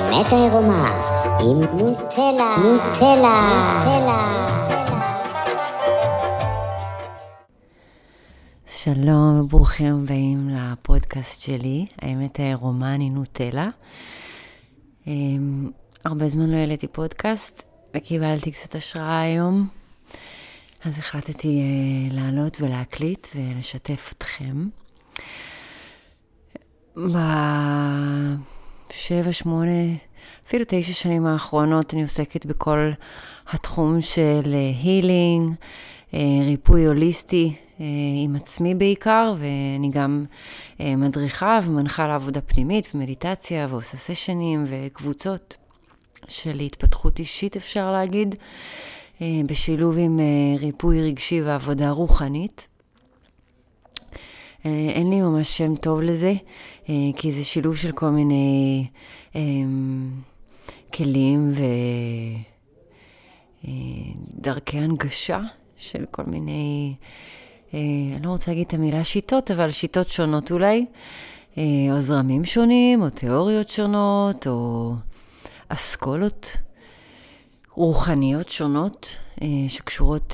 האמת העירומה עם נוטלה. שלום וברוכים הבאים לפודקאסט שלי, האמת העירומה, אני נוטלה. הרבה זמן לא העליתי פודקאסט וקיבלתי קצת השראה היום, אז החלטתי לעלות ולהקליט ולשתף אתכם. ב7, 8, אפילו 9 שנים האחרונות אני עוסקת בכל התחום של הילינג, ריפוי הוליסטי עם עצמי בעיקר, ואני גם מדריכה ומנחה לעבודה פנימית ומדיטציה ועושה סשנים וקבוצות של התפתחות אישית, אפשר להגיד, בשילוב עם ריפוי רגשי ועבודה רוחנית. אין לי ממש שם טוב לזה, כי זה שילוב של כל מיני כלים ודרכי הנגשה של כל מיני, אני לא רוצה להגיד את המילה שיטות, אבל שיטות שונות אולי, או זרמים שונים, או תיאוריות שונות, או אסכולות רוחניות שונות, שקשורות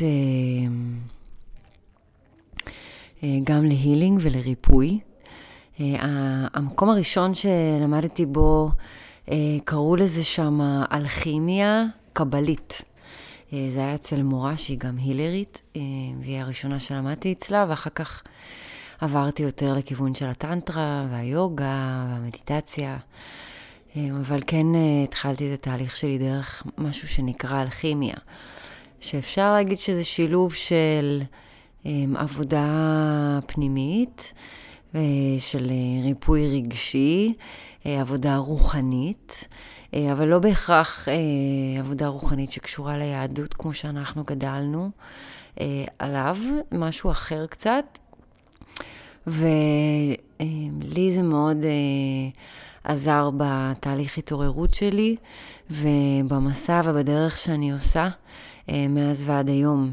גם להילינג ולריפוי. המקום הראשון שלמדתי בו, קראו לזה שם אלכימיה קבלית. זה היה אצל מורה שהיא גם הילרית, והיא הראשונה שלמדתי אצלה, ואחר כך עברתי יותר לכיוון של הטנטרה והיוגה והמדיטציה. אבל כן התחלתי את התהליך שלי דרך משהו שנקרא אלכימיה, שאפשר להגיד שזה שילוב של עבודה פנימית, של ריפוי רגשי, עבודה רוחנית, אבל לא בהכרח עבודה רוחנית שקשורה ליהדות כמו שאנחנו גדלנו עליו, משהו אחר קצת. ולי זה מאוד עזר בתהליך התעוררות שלי ובמסע ובדרך שאני עושה מאז ועד היום.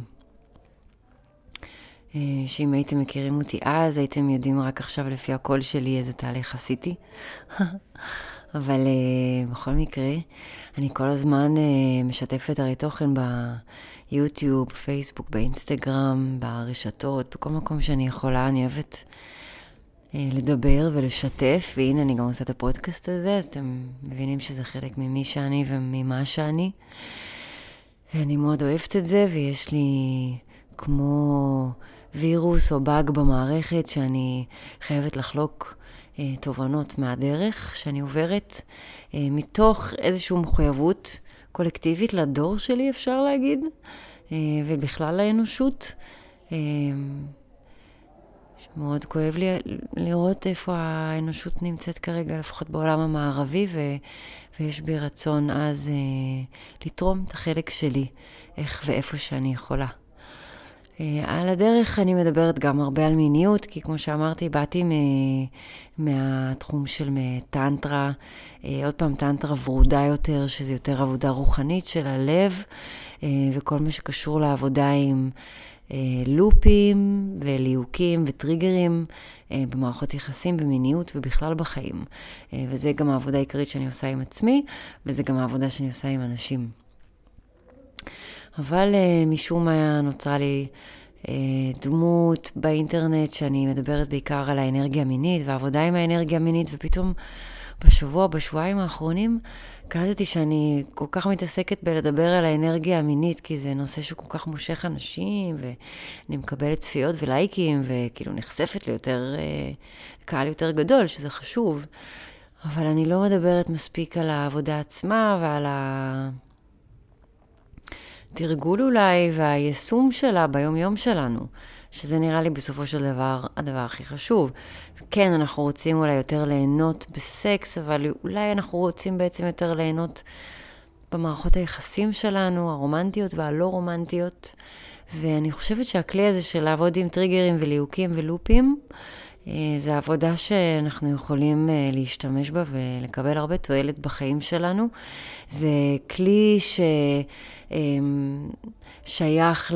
שאם הייתם מכירים אותי אז, הייתם יודעים רק עכשיו לפי הקול שלי איזה תהליך עשיתי. אבל בכל מקרה, אני כל הזמן משתפת הרי תוכן ביוטיוב, פייסבוק, באינסטגרם, ברשתות, בכל מקום שאני יכולה. אני אוהבת לדבר ולשתף, והנה אני גם עושה את הפודקאסט הזה, אז אתם מבינים שזה חלק ממי שאני וממה שאני. אני מאוד אוהבת את זה, ויש לי כמו וירוס או באג במערכת שאני חייבת לחלוק תובנות מהדרך שאני עוברת, מתוך איזושהי מחויבות קולקטיבית לדור שלי, אפשר להגיד, ובכלל לאנושות. מאוד כואב לי לראות איפה האנושות נמצאת כרגע, לפחות בעולם המערבי, ויש בי רצון אז לתרום את החלק שלי, איך ואיפה שאני יכולה. על הדרך אני מדברת גם הרבה על מיניות, כי כמו שאמרתי, באתי מהתחום של טנטרה, עוד פעם טנטרה ורודה יותר, שזה יותר עבודה רוחנית של הלב, וכל מה שקשור לעבודה עם לופים וליהוקים וטריגרים במערכות יחסים, במיניות ובכלל בחיים. וזה גם העבודה העיקרית שאני עושה עם עצמי, וזה גם העבודה שאני עושה עם אנשים. אבל משום מה נוצרה לי דמות באינטרנט שאני מדברת בעיקר על האנרגיה המינית והעבודה עם האנרגיה המינית, ופתאום בשבועיים האחרונים קלטתי שאני כל כך מתעסקת בלדבר על האנרגיה המינית, כי זה נושא שכל כך מושך אנשים, ואני מקבלת צפיות ולייקים, וכאילו נחשפת ליותר קהל יותר גדול, שזה חשוב. אבל אני לא מדברת מספיק על העבודה עצמה ועל תרגול אולי והיישום שלה ביום יום שלנו, שזה נראה לי בסופו של דבר הדבר הכי חשוב. כן, אנחנו רוצים אולי יותר ליהנות בסקס, אבל אולי אנחנו רוצים בעצם יותר ליהנות במערכות היחסים שלנו, הרומנטיות והלא רומנטיות. ואני חושבת שהכלי הזה של לעבוד עם טריגרים וליהוקים ולופים, זה עבודה שאנחנו יכולים להשתמש בה ולקבל הרבה תועלת בחיים שלנו. זה כלי ששייך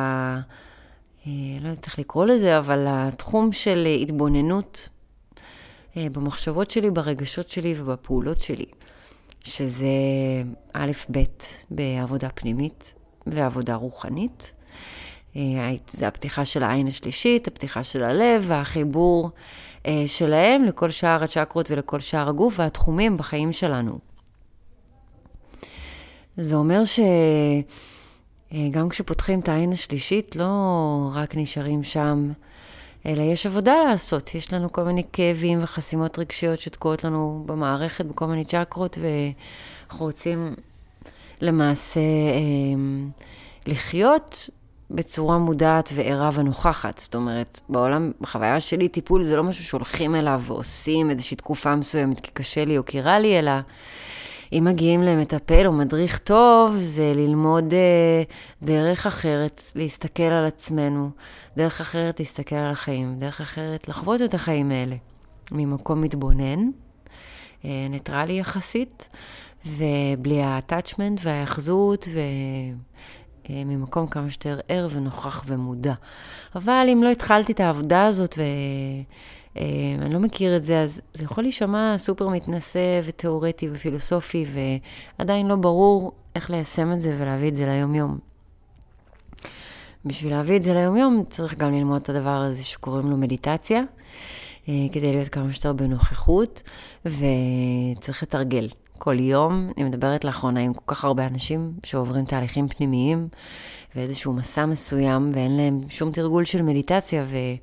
לא יודעת איך לקרוא לזה, אבל התחום של התבוננות במחשבות שלי, ברגשות שלי ובפעולות שלי. שזה א' ב' בעבודה פנימית ועבודה רוחנית. זה הפתיחה של העין השלישית, הפתיחה של הלב והחיבור שלהם לכל שאר הצ'קרות ולכל שאר הגוף והתחומים בחיים שלנו. זה אומר שגם כשפותחים את העין השלישית לא רק נשארים שם, אלא יש עבודה לעשות. יש לנו כל מיני כאבים וחסימות רגשיות שתקועות לנו במערכת, בכל מיני צ'קרות, ואנחנו רוצים למעשה לחיות בצורה מודעת וערה ונוכחת. זאת אומרת, בעולם, בחוויה שלי, טיפול זה לא משהו שהולכים אליו ועושים איזושהי תקופה מסוימת כי קשה לי או כי רע לי, אלא אם מגיעים למטפל או מדריך טוב, זה ללמוד דרך אחרת, להסתכל על עצמנו, דרך אחרת להסתכל על החיים, דרך אחרת לחוות את החיים האלה, ממקום מתבונן, ניטרלי יחסית, ובלי ה-attachment והאחזות, ממקום כמה שיותר ער ונוכח ומודע. אבל אם לא התחלתי את העבודה הזאת אני לא מכיר את זה, אז זה יכול להישמע סופר מתנסה ותיאורטי ופילוסופי, ועדיין לא ברור איך ליישם את זה ולהביא את זה ליום-יום. בשביל להביא את זה ליום-יום צריך גם ללמוד את הדבר הזה שקוראים לו מדיטציה, כדי להיות כמה שיותר בנוכחות, וצריך לתרגל. כל יום, אני מדברת לאחרונה עם כל כך הרבה אנשים שעוברים תהליכים פנימיים, ואיזשהו מסע מסוים, ואין להם שום תרגול של מדיטציה,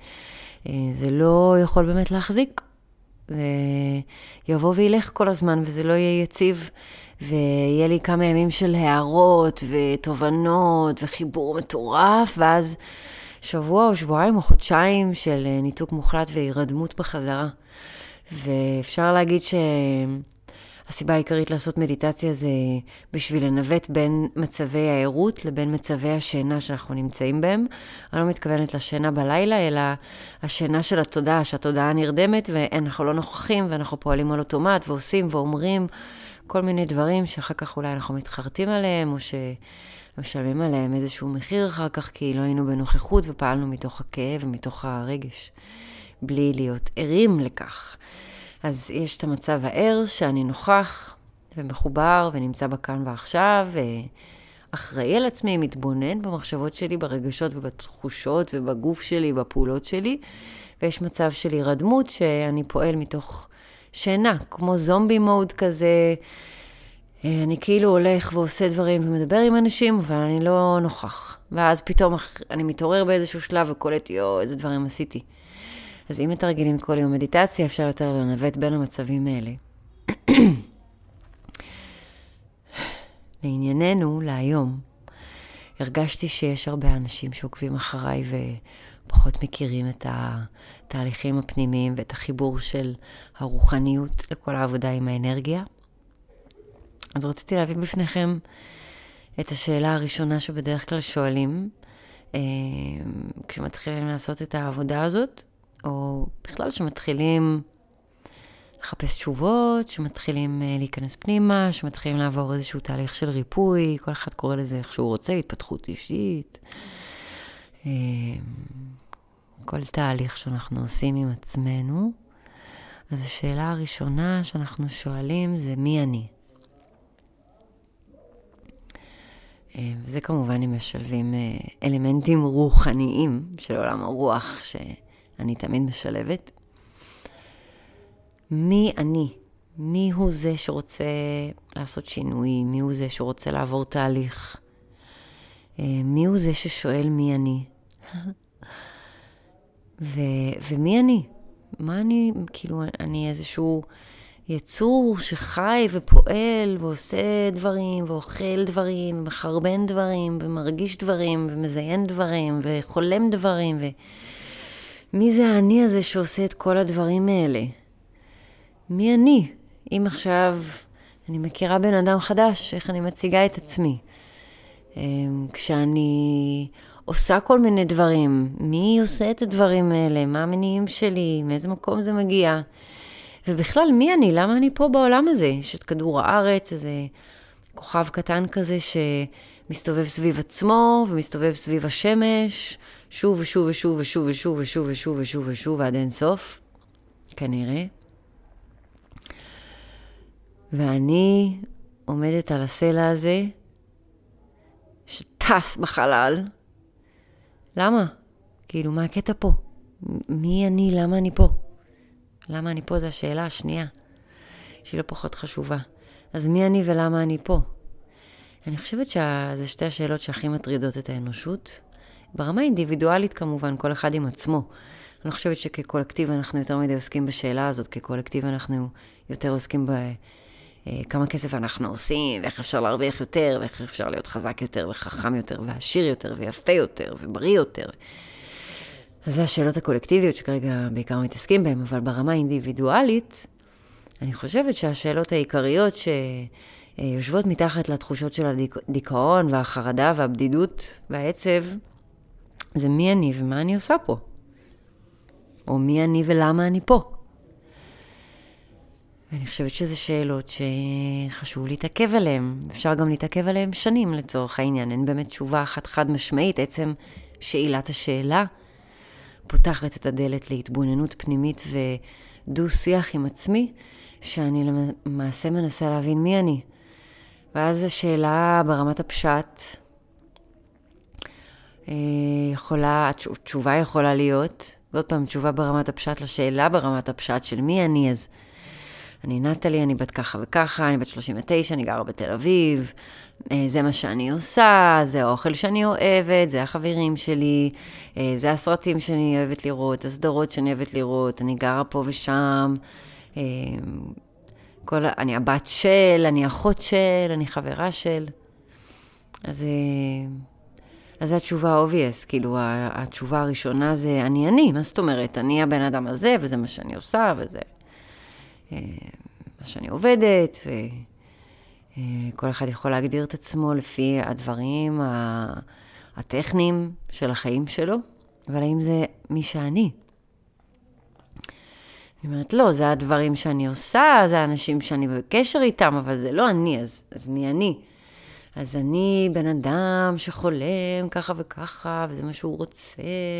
זה לא יכול באמת להחזיק. זה יבוא וילך כל הזמן, וזה לא יהיה יציב, ויהיה לי כמה ימים של הערות, ותובנות, וחיבור מטורף, ואז שבוע או שבועיים או חודשיים של ניתוק מוחלט והירדמות בחזרה. ואפשר להגיד הסיבה העיקרית לעשות מדיטציה זה בשביל לנווט בין מצבי העירות לבין מצבי השינה שאנחנו נמצאים בהם. אני לא מתכוונת לשינה בלילה, אלא השינה של התודעה, שהתודעה נרדמת ואנחנו לא נוכחים ואנחנו פועלים על אוטומט ועושים ואומרים כל מיני דברים שאחר כך אולי אנחנו מתחרטים עליהם או שמשלמים עליהם איזשהו מחיר אחר כך כי לא היינו בנוכחות ופעלנו מתוך הכאב ומתוך הרגש, בלי להיות ערים לכך. אז יש את המצב הער שאני נוכח ומחובר ונמצא בכאן ועכשיו, ואחראי על עצמי, מתבונן במחשבות שלי, ברגשות ובתחושות ובגוף שלי, בפעולות שלי, ויש מצב של הירדמות שאני פועל מתוך שינה, כמו זומבי מוד כזה, אני כאילו הולך ועושה דברים ומדבר עם אנשים, אבל אני לא נוכח. ואז פתאום אני מתעורר באיזשהו שלב וקולט, איזה דברים עשיתי. אז אם מתרגלים כל יום מדיטציה, אפשר יותר לנווט בין המצבים האלה. לענייננו, להיום, הרגשתי שיש הרבה אנשים שעוקבים אחריי ופחות מכירים את התהליכים הפנימיים ואת החיבור של הרוחניות לכל העבודה עם האנרגיה. אז רציתי להביא בפניכם את השאלה הראשונה שבדרך כלל שואלים, כשמתחילים לעשות את העבודה הזאת, או בכלל שמתחילים לחפש תשובות, שמתחילים להיכנס פנימה, שמתחילים לעבור איזשהו תהליך של ריפוי, כל אחד קורא לזה איך שהוא רוצה, התפתחות אישית. כל תהליך שאנחנו עושים עם עצמנו. אז השאלה הראשונה שאנחנו שואלים זה מי אני? וזה כמובן אם משלבים אלמנטים רוחניים של עולם הרוח שאני תמיד משלבת. מי אני? מי הוא זה שרוצה לעשות שינוי? מי הוא זה שרוצה לעבור תהליך? מי הוא זה ששואל מי אני? ומי אני? מה אני? כאילו, אני איזשהו יצור שחי ופועל ועושה דברים ואוכל דברים ומחרבן דברים ומרגיש דברים ומזיין דברים וחולם דברים. מי זה האני הזה שעושה את כל הדברים האלה? מי אני? אם עכשיו אני מכירה בן אדם חדש, איך אני מציגה את עצמי? כשאני עושה כל מיני דברים, מי עושה את הדברים האלה? מה המניעים שלי? מאיזה מקום זה מגיע? ובכלל, מי אני? למה אני פה בעולם הזה? יש את כדור הארץ, איזה כוכב קטן כזה שמסתובב סביב עצמו ומסתובב סביב השמש, שוב ושוב ושוב ושוב ושוב ושוב ושוב ושוב ושוב ועד אין סוף, כנראה. ואני עומדת על הסלע הזה, שטס בחלל. למה? כאילו, מה הקטע פה? מי אני? למה אני פה? למה אני פה? זו השאלה השנייה, שהיא לא פחות חשובה. אז מי אני ולמה אני פה? אני חושבת שזה שתי השאלות שהכי מטרידות את האנושות. ברמה אינדיבידואלית כמובן, כל אחד עם עצמו. אני חושבת שכקולקטיב אנחנו יותר מדי עוסקים בשאלה הזאת, כקולקטיב אנחנו יותר עוסקים בכמה כסף אנחנו עושים, ואיך אפשר להרוויח יותר, ואיך אפשר להיות חזק יותר, וחכם יותר, ועשיר יותר, ויפה יותר, ובריא יותר. אז זה השאלות הקולקטיביות שכרגע בעיקר מתעסקים בהן, אבל ברמה אינדיבידואלית, אני חושבת שהשאלות העיקריות שיושבות מתחת לתחושות של הדיכאון, והחרדה, והבדידות, והעצב, זה מי אני ומה אני עושה פה. או מי אני ולמה אני פה. ואני חושבת שזה שאלות שחשוב להתעכב עליהן. אפשר גם להתעכב עליהן שנים לצורך העניין. אין באמת תשובה אחת חד משמעית. עצם שאלת השאלה פותחת את הדלת להתבוננות פנימית ודו שיח עם עצמי, שאני למעשה מנסה להבין מי אני. ואז השאלה ברמת הפשט, התשובה יכולה להיות, ועוד פעם, תשובה ברמת הפשט לשאלה ברמת הפשט של מי אני. אז אני נטלי, אני בת ככה וככה, אני בת 39, אני גרה בתל אביב, זה מה שאני עושה, זה האוכל שאני אוהבת, זה החברים שלי, זה הסרטים שאני אוהבת לראות, הסדרות שאני אוהבת לראות, אני גרה פה ושם, אני הבת של, אני אחות של, אני חברה של. אז זו התשובה obvious, כאילו התשובה הראשונה זה אני, מה זאת אומרת? אני הבן אדם הזה, וזה מה שאני עושה, וזה מה שאני עובדת, וכל אחד יכול להגדיר את עצמו לפי הדברים הטכניים של החיים שלו, אבל האם זה מי שאני? אני אומרת, לא, זה הדברים שאני עושה, זה האנשים שאני בקשר איתם, אבל זה לא אני, אז מי אני? אז אני בן אדם שחולם ככה וככה, וזה מה שהוא רוצה.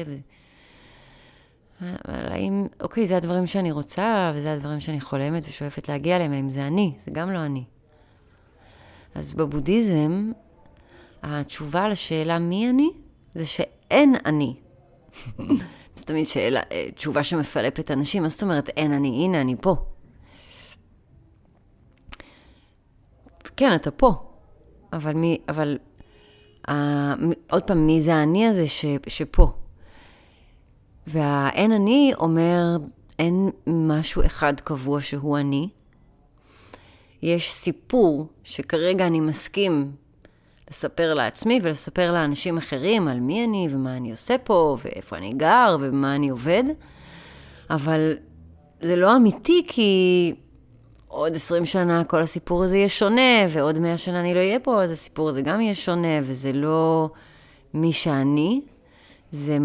אבל האם, אוקיי, זה הדברים שאני רוצה, וזה הדברים שאני חולמת ושואפת להגיע אליהם, האם זה אני? זה גם לא אני. אז בבודהיזם, התשובה לשאלה מי אני, זה שאין אני. זה תמיד תשובה שמפלפת אנשים, מה זאת אומרת אין אני? הנה, אני פה. כן, אתה פה. אבל עוד פעם, מי זה האני הזה שפה? והאין אני אומר, אין משהו אחד קבוע שהוא אני. יש סיפור שכרגע אני מסכים לספר לעצמי ולספר לאנשים אחרים על מי אני ומה אני עושה פה ואיפה אני גר ומה אני עובד. אבל זה לא אמיתי כי עוד 20 שנה כל הסיפור הזה יהיה שונה, ועוד 100 שנה אני לא אהיה פה, אז הסיפור הזה גם יהיה שונה, וזה לא מי שאני. זה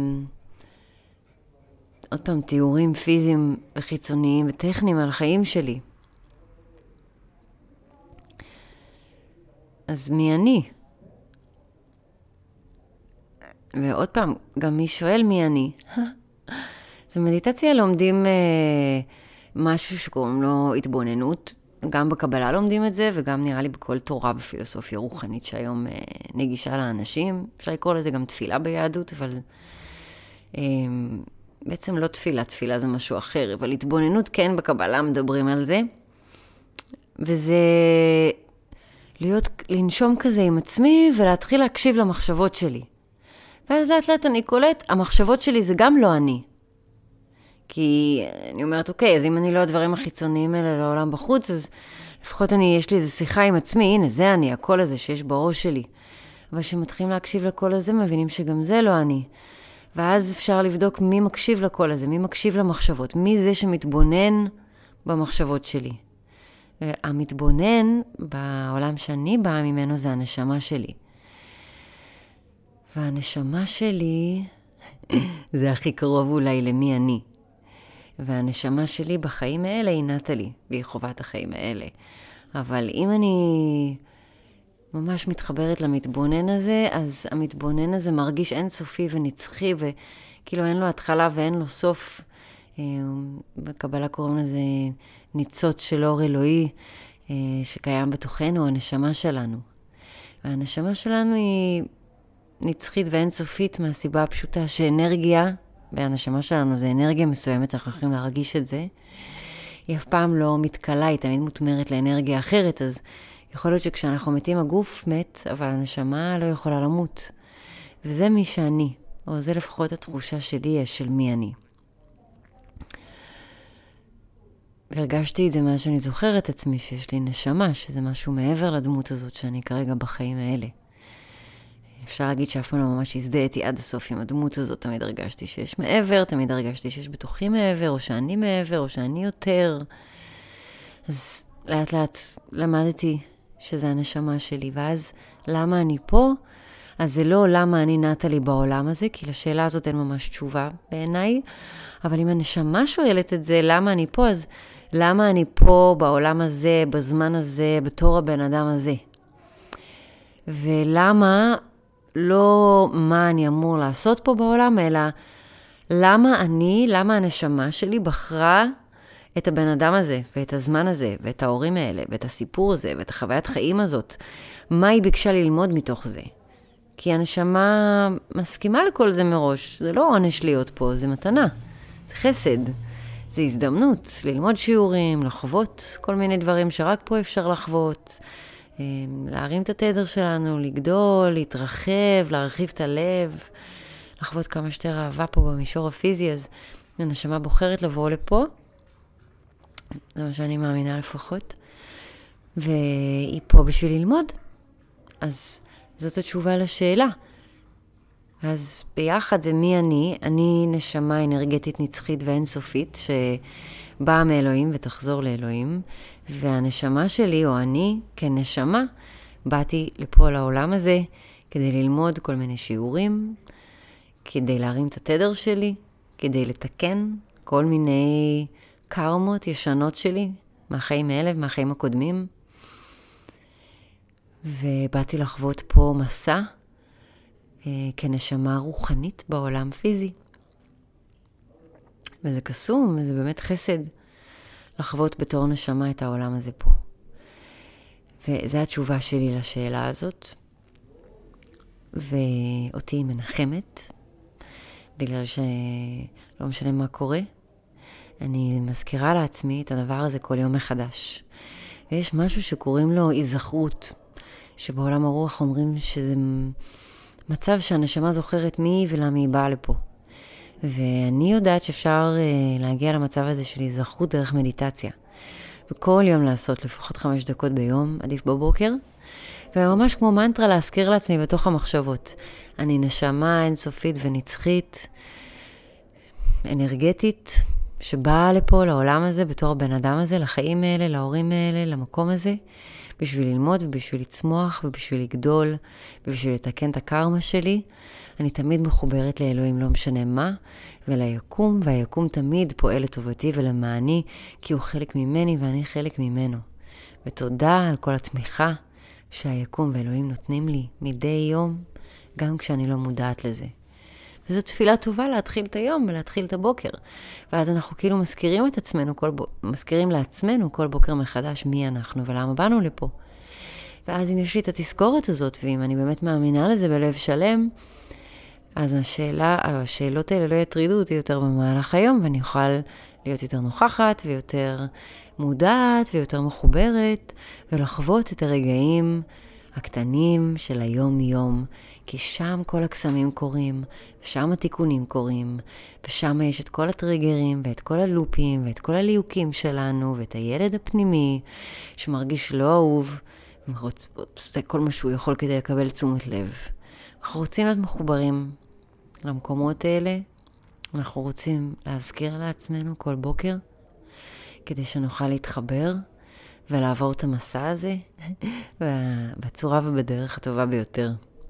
עוד פעם תיאורים פיזיים וחיצוניים וטכניים על החיים שלי. אז מי אני? ועוד פעם, גם מי שואל מי אני? אז במדיטציה לומדים משהו שקוראים לו התבוננות. גם בקבלה לומדים את זה, וגם נראה לי בכל תורה בפילוסופיה רוחנית שהיום נגישה לאנשים. אפשר לקרוא לזה גם תפילה ביהדות, אבל בעצם לא תפילה, תפילה זה משהו אחר. אבל התבוננות כן בקבלה מדברים על זה. וזה לנשום כזה עם עצמי ולהתחיל להקשיב למחשבות שלי. ואז לאט לאט אני קולט, המחשבות שלי זה גם לא אני. כי אני אומרת, אוקיי, אז אם אני לא הדברים החיצוניים האלה לעולם בחוץ, אז לפחות יש לי איזו שיחה עם עצמי, הנה, זה אני, הקול הזה שיש בראש שלי. אבל כשמתחילים להקשיב לקול הזה, מבינים שגם זה לא אני. ואז אפשר לבדוק מי מקשיב לקול הזה, מי מקשיב למחשבות, מי זה שמתבונן במחשבות שלי. המתבונן בעולם שאני באה ממנו זה הנשמה שלי. והנשמה שלי זה הכי קרוב אולי למי אני. והנשמה שלי בחיים האלה היא נטלי, והיא חובת החיים האלה. אבל אם אני ממש מתחברת למתבונן הזה, אז המתבונן הזה מרגיש אינסופי ונצחי, וכאילו אין לו התחלה ואין לו סוף. בקבלה קוראים לזה ניצוץ של אור אלוהי. שקיים בתוכנו, הנשמה שלנו. והנשמה שלנו היא נצחית ואינסופית מהסיבה הפשוטה שאנרגיה, והנשמה שלנו זה אנרגיה מסוימת, אנחנו יכולים להרגיש את זה, היא אף פעם לא מתקלה, היא תמיד מותמרת לאנרגיה אחרת, אז יכול להיות שכשאנחנו מתים הגוף מת, אבל הנשמה לא יכולה למות. וזה מי שאני, או זה לפחות התחושה שלי יש של מי אני. והרגשתי את זה מאז שאני זוכרת עצמי, שיש לי נשמה, שזה משהו מעבר לדמות הזאת שאני כרגע בחיים האלה. אפשר להגיד שאף פעם לא ממש הזדהיתי עד הסוף עם הדמות הזאת, תמיד הרגשתי שיש מעבר, תמיד הרגשתי שיש בתוכי מעבר, או שאני מעבר, או שאני יותר. אז לאט לאט למדתי שזה הנשמה שלי, ואז למה אני פה? אז זה לא למה אני נטלי בעולם הזה, כי לשאלה הזאת אין ממש תשובה בעיניי, אבל אם הנשמה שואלת את זה, למה אני פה? אז למה אני פה בעולם הזה, בזמן הזה, בתור הבן אדם הזה? ולמה לא מה אני אמור לעשות פה בעולם, אלא למה הנשמה שלי בחרה את הבן אדם הזה, ואת הזמן הזה, ואת ההורים האלה, ואת הסיפור הזה, ואת החוויית חיים הזאת. מה היא ביקשה ללמוד מתוך זה? כי הנשמה מסכימה לכל זה מראש. זה לא עונש להיות פה, זה מתנה. זה חסד. זה הזדמנות ללמוד שיעורים, לחוות כל מיני דברים שרק פה אפשר לחוות. להרים את התדר שלנו, לגדול, להתרחב, להרחיב את הלב, לחוות כמה שיותר אהבה פה במישור הפיזי. אז הנשמה בוחרת לבוא לפה. זה מה שאני מאמינה לפחות. והיא פה בשביל ללמוד. אז זאת התשובה לשאלה. אז ביחד זה מי אני. אני נשמה אנרגטית נצחית ואינסופית שבאה מאלוהים ותחזור לאלוהים. והנשמה שלי, או אני כנשמה, באתי לפה לעולם הזה כדי ללמוד כל מיני שיעורים, כדי להרים את התדר שלי, כדי לתקן כל מיני קרמות ישנות שלי מהחיים האלה ומהחיים הקודמים. ובאתי לחוות פה מסע כנשמה רוחנית בעולם פיזי. וזה קסום, וזה באמת חסד לחוות בתור נשמה את העולם הזה פה. וזו התשובה שלי לשאלה הזאת. ואותי היא מנחמת, בגלל שלא משנה מה קורה. אני מזכירה לעצמי את הדבר הזה כל יום מחדש. ויש משהו שקוראים לו היזכרות, שבעולם הרוח אומרים שזה מצב שהנשמה זוכרת מי היא ולמה היא באה לפה. ואני יודעת שאפשר להגיע למצב הזה של היזכרות דרך מדיטציה. וכל יום לעשות לפחות 5 דקות ביום, עדיף בבוקר. וממש כמו מנטרה להזכיר לעצמי בתוך המחשבות. אני נשמה אינסופית ונצחית, אנרגטית, שבאה לפה לעולם הזה בתור הבן אדם הזה, לחיים האלה, להורים האלה, למקום הזה. בשביל ללמוד ובשביל לצמוח ובשביל לגדול ובשביל לתקן את הקרמה שלי. אני תמיד מחוברת לאלוהים, לא משנה מה, וליקום, והיקום תמיד פועל לטובתי ולמעני, כי הוא חלק ממני ואני חלק ממנו. ותודה על כל התמיכה שהיקום ואלוהים נותנים לי מדי יום, גם כשאני לא מודעת לזה. וזו תפילה טובה להתחיל את היום ולהתחיל את הבוקר. ואז אנחנו כאילו מזכירים לעצמנו כל בוקר מחדש מי אנחנו ולמה באנו לפה. ואז אם יש לי את התזכורת הזאת, ואם אני באמת מאמינה לזה בלב שלם, אז השאלות האלה לא יטרידו אותי יותר במהלך היום, ואני אוכל להיות יותר נוכחת ויותר מודעת ויותר מחוברת, ולחוות את הרגעים הקטנים של היום-יום, כי שם כל הקסמים קורים, ושם התיקונים קורים, ושם יש את כל הטריגרים, ואת כל הלופים, ואת כל הליוקים שלנו, ואת הילד הפנימי, שמרגיש לא אהוב, ועושה כל מה שהוא יכול כדי לקבל תשומת לב. אנחנו רוצים להיות מחוברים למקומות האלה, אנחנו רוצים להזכיר לעצמנו כל בוקר, כדי שנוכל להתחבר, ולעבור את המסע הזה בצורה ובדרך הטובה ביותר.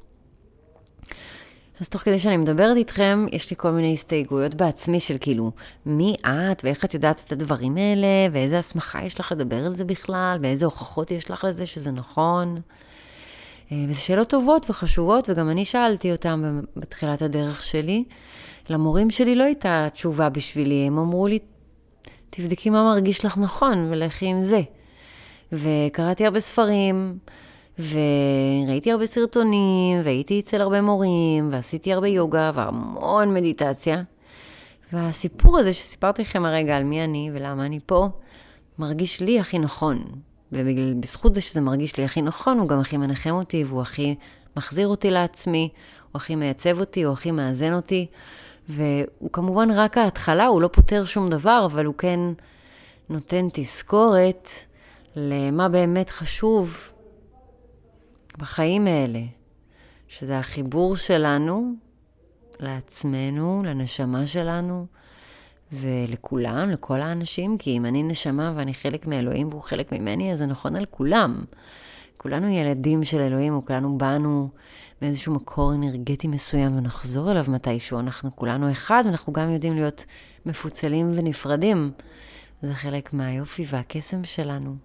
אז תוך כדי שאני מדברת איתכם, יש לי כל מיני הסתייגויות בעצמי של כאילו, מי את ואיך את יודעת את הדברים האלה, ואיזה הסמכה יש לך לדבר על זה בכלל, ואיזה הוכחות יש לך לזה שזה נכון. וזה שאלות טובות וחשובות, וגם אני שאלתי אותם בתחילת הדרך שלי. למורים שלי לא הייתה תשובה בשבילי, הם אמרו לי, תבדקי מה מרגיש לך נכון ולכי עם זה. וקראתי הרבה ספרים, וראיתי הרבה סרטונים, והייתי אצל הרבה מורים, ועשיתי הרבה יוגה, והמון מדיטציה. והסיפור הזה שסיפרתי לכם הרגע על מי אני ולמה אני פה, מרגיש לי הכי נכון. ובזכות זה שזה מרגיש לי הכי נכון, הוא גם הכי מנחם אותי, והוא הכי מחזיר אותי לעצמי, הוא הכי מייצב אותי, הוא הכי מאזן אותי. והוא כמובן רק ההתחלה, הוא לא פותר שום דבר, אבל הוא כן נותן תזכורת למה באמת חשוב בחיים האלה. שזה החיבור שלנו לעצמנו, לנשמה שלנו, ולכולם, לכל האנשים, כי אם אני נשמה ואני חלק מאלוהים והוא חלק ממני, אז זה נכון על כולם. כולנו ילדים של אלוהים, וכולנו באנו באיזשהו מקור אנרגטי מסוים, ונחזור אליו מתישהו. אנחנו כולנו אחד, ואנחנו גם יודעים להיות מפוצלים ונפרדים. זה חלק מהיופי והקסם שלנו.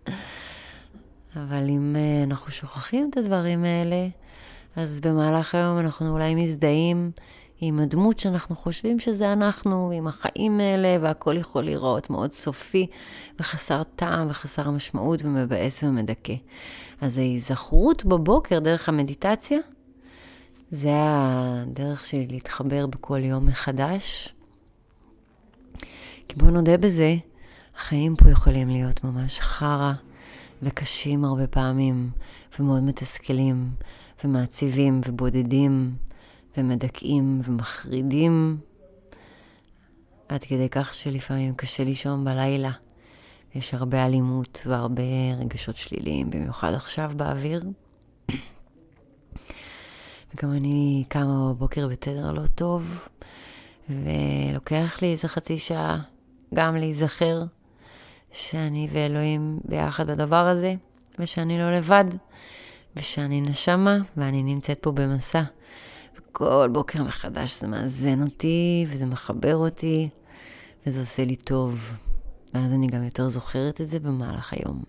אבל אם אנחנו שוכחים את הדברים האלה, אז במהלך היום אנחנו אולי מזדהים עם הדמות שאנחנו חושבים שזה אנחנו, עם החיים האלה, והכל יכול לראות מאוד סופי, וחסר טעם, וחסר משמעות, ומבאס ומדכא. אז ההיזכרות בבוקר דרך המדיטציה, זה הדרך שלי להתחבר בכל יום מחדש. כי בוא נודה בזה, החיים פה יכולים להיות ממש חרה וקשים הרבה פעמים, ומאוד מתסכלים, ומעציבים, ובודדים, ומדכאים, ומחרידים, עד כדי כך שלפעמים קשה לישון בלילה. יש הרבה אלימות והרבה רגשות שליליים, במיוחד עכשיו באוויר. וגם אני קמה בבוקר בתדר לא טוב, ולוקח לי איזה חצי שעה גם להיזכר שאני ואלוהים ביחד בדבר הזה, ושאני לא לבד, ושאני נשמה, ואני נמצאת פה במסע. וכל בוקר מחדש זה מאזן אותי, וזה מחבר אותי, וזה עושה לי טוב. ואז אני גם יותר זוכרת את זה במהלך היום.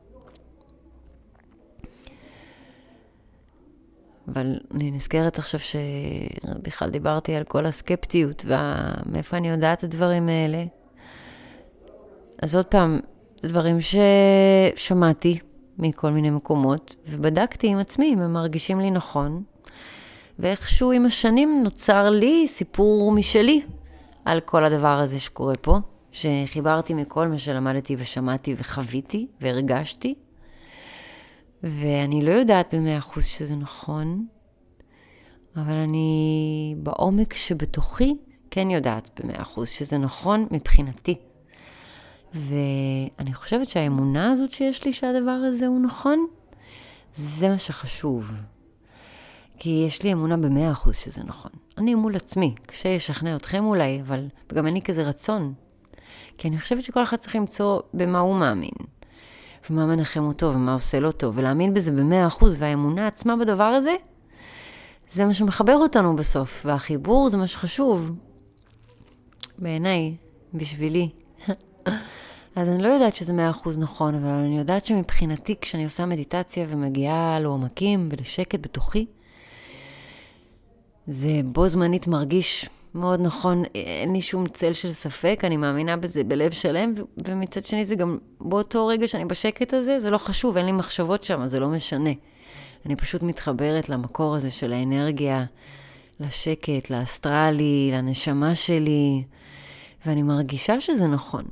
אבל אני נזכרת עכשיו שבכלל דיברתי על כל הסקפטיות, ומאיפה אני יודעת את הדברים האלה. אז עוד פעם, זה דברים ששמעתי מכל מיני מקומות, ובדקתי עם עצמי אם הם מרגישים לי נכון, ואיכשהו עם השנים נוצר לי סיפור משלי על כל הדבר הזה שקורה פה, שחיברתי מכל מה שלמדתי ושמעתי וחוויתי והרגשתי, ואני לא יודעת ב100% שזה נכון, אבל אני בעומק שבתוכי כן יודעת ב100% שזה נכון מבחינתי. ואני חושבת שהאמונה הזאת שיש לי שהדבר הזה הוא נכון, זה מה שחשוב. כי יש לי אמונה ב100% שזה נכון. אני מול עצמי, קשה לשכנע אתכם אולי, אבל גם אני כזה רצון. כי אני חושבת שכל אחד צריך למצוא במה הוא מאמין, ומה מנחם אותו, ומה עושה לו טוב, ולהאמין בזה ב100%, והאמונה עצמה בדבר הזה, זה מה שמחבר אותנו בסוף, והחיבור זה מה שחשוב. בעיניי, בשבילי. אז אני לא יודעת שזה 100% נכון, אבל אני יודעת שמבחינתי, כשאני עושה מדיטציה ומגיעה לעומקים ולשקט בתוכי, זה בו זמנית מרגיש מאוד נכון, אין לי שום צל של ספק, אני מאמינה בזה בלב שלם, ומצד שני זה גם באותו רגע שאני בשקט הזה, זה לא חשוב, אין לי מחשבות שם, זה לא משנה. אני פשוט מתחברת למקור הזה של האנרגיה, לשקט, לאסטרלי, לנשמה שלי, ואני מרגישה שזה נכון.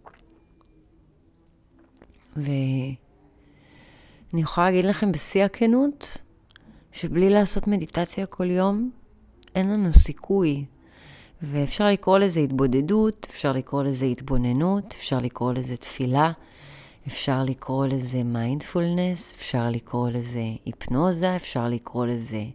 ואני יכולה להגיד לכם בשיא הכנות, שבלי לעשות מדיטציה כל יום, אין לנו סיכוי. ואפשר לקרוא לזה התבודדות, אפשר לקרוא לזה התבוננות, אפשר לקרוא לזה תפילה, אפשר לקרוא לזה מיינדפולנס, אפשר לקרוא לזה היפנוזה, אפשר לקרוא לזה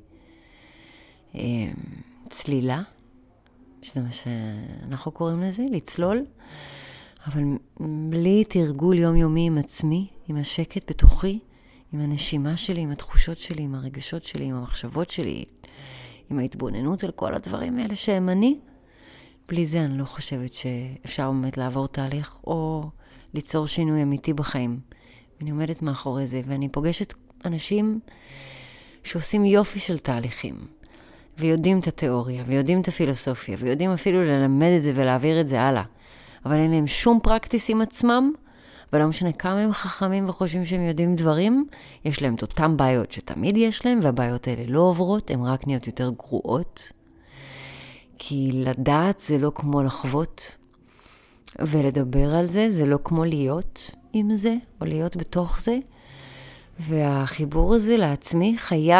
צלילה, שזה מה שאנחנו קוראים לזה, לצלול. אבל בלי תרגול יומיומי עם עצמי, עם השקט בתוכי, עם הנשימה שלי, עם התחושות שלי, עם הרגשות שלי, עם המחשבות שלי, עם ההתבוננות על כל הדברים האלה שהם אני, בלי זה אני לא חושבת שאפשר באמת לעבור תהליך או ליצור שינוי אמיתי בחיים. ואני עומדת מאחורי זה, ואני פוגשת אנשים שעושים יופי של תהליכים, ויודעים את התיאוריה, ויודעים את הפילוסופיה, ויודעים אפילו ללמד את זה ולהעביר את זה הלאה. אבל אין להם שום פרקטיס עם עצמם, ולא משנה כמה הם חכמים וחושבים שהם יודעים דברים, יש להם את אותם בעיות שתמיד יש להם, והבעיות האלה לא עוברות, הן רק נהיות יותר גרועות. כי לדעת זה לא כמו לחוות, ולדבר על זה זה לא כמו להיות עם זה, או להיות בתוך זה. והחיבור הזה לעצמי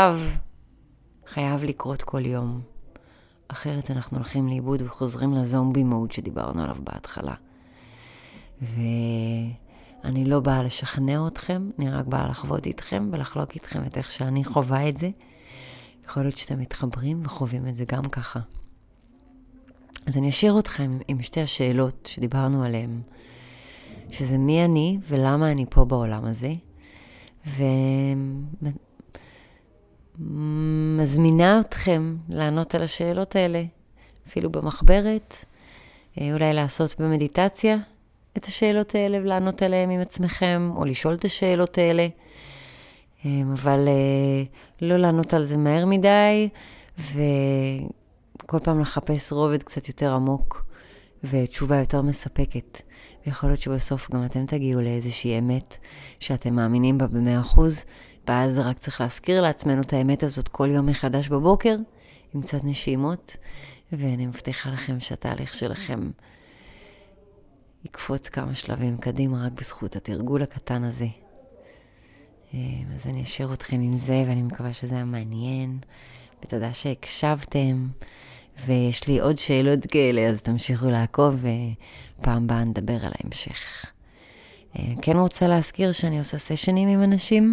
חייב לקרות כל יום. אחרת אנחנו הולכים לאיבוד וחוזרים לזומבי מוד שדיברנו עליו בהתחלה. ואני לא באה לשכנע אתכם, אני רק באה לחוות איתכם ולחלוק איתכם את איך שאני חווה את זה. יכול להיות שאתם מתחברים וחווים את זה גם ככה. אז אני אשאיר אתכם עם שתי השאלות שדיברנו עליהן, שזה מי אני ולמה אני פה בעולם הזה, ומזמינה אתכם לענות על השאלות האלה, אפילו במחברת, אולי לעשות במדיטציה את השאלות האלה ולענות עליהן עם עצמכם, או לשאול את השאלות האלה, אבל לא לענות על זה מהר מדי, וכל פעם לחפש רובד קצת יותר עמוק, ותשובה יותר מספקת. ויכול להיות שבסוף גם אתם תגיעו לאיזושהי אמת שאתם מאמינים בה ב100%, ואז רק צריך להזכיר לעצמנו את האמת הזאת כל יום מחדש בבוקר, עם קצת נשימות, ואני מבטיחה לכם שהתהליך שלכם יקפוץ כמה שלבים קדימה רק בזכות התרגול הקטן הזה. אז אני אשאיר אתכם עם זה, ואני מקווה שזה היה מעניין, ותודה שהקשבתם, ויש לי עוד שאלות כאלה, אז תמשיכו לעקוב, ופעם באה נדבר על ההמשך. כן רוצה להזכיר שאני עושה סשנים עם אנשים,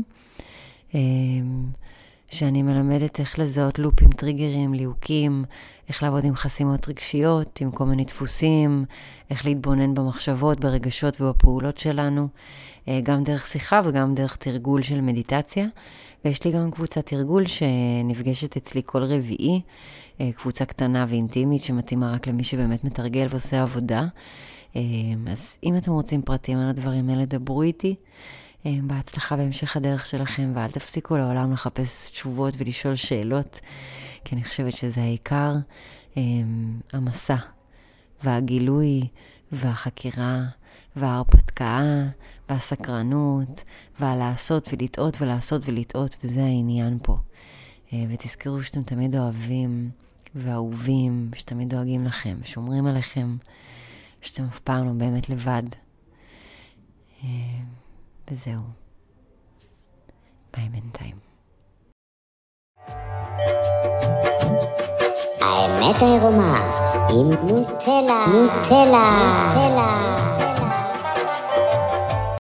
שאני מלמדת איך לזהות לופים, טריגרים, ליהוקים, איך לעבוד עם חסימות רגשיות, עם כל מיני דפוסים, איך להתבונן במחשבות, ברגשות ובפעולות שלנו, גם דרך שיחה וגם דרך תרגול של מדיטציה. ויש לי גם קבוצת תרגול שנפגשת אצלי כל רביעי, קבוצה קטנה ואינטימית שמתאימה רק למי שבאמת מתרגל ועושה עבודה. אז אם אתם רוצים פרטים על הדברים האלה, דברו איתי. בהצלחה בהמשך הדרך שלכם, ואל תפסיקו לעולם לחפש תשובות ולשאול שאלות, כי אני חושבת שזה העיקר, המסע והגילוי והחקירה וההרפתקה והסקרנות והלעשות ולטעות ולעשות ולטעות, וזה העניין פה. ותזכרו שאתם תמיד אוהבים ואהובים, שתמיד דואגים לכם, שומרים עליכם, שאתם אף פעם לא באמת לבד. וזהו. ביי בינתיים. האמת העירומה עם נוטלה.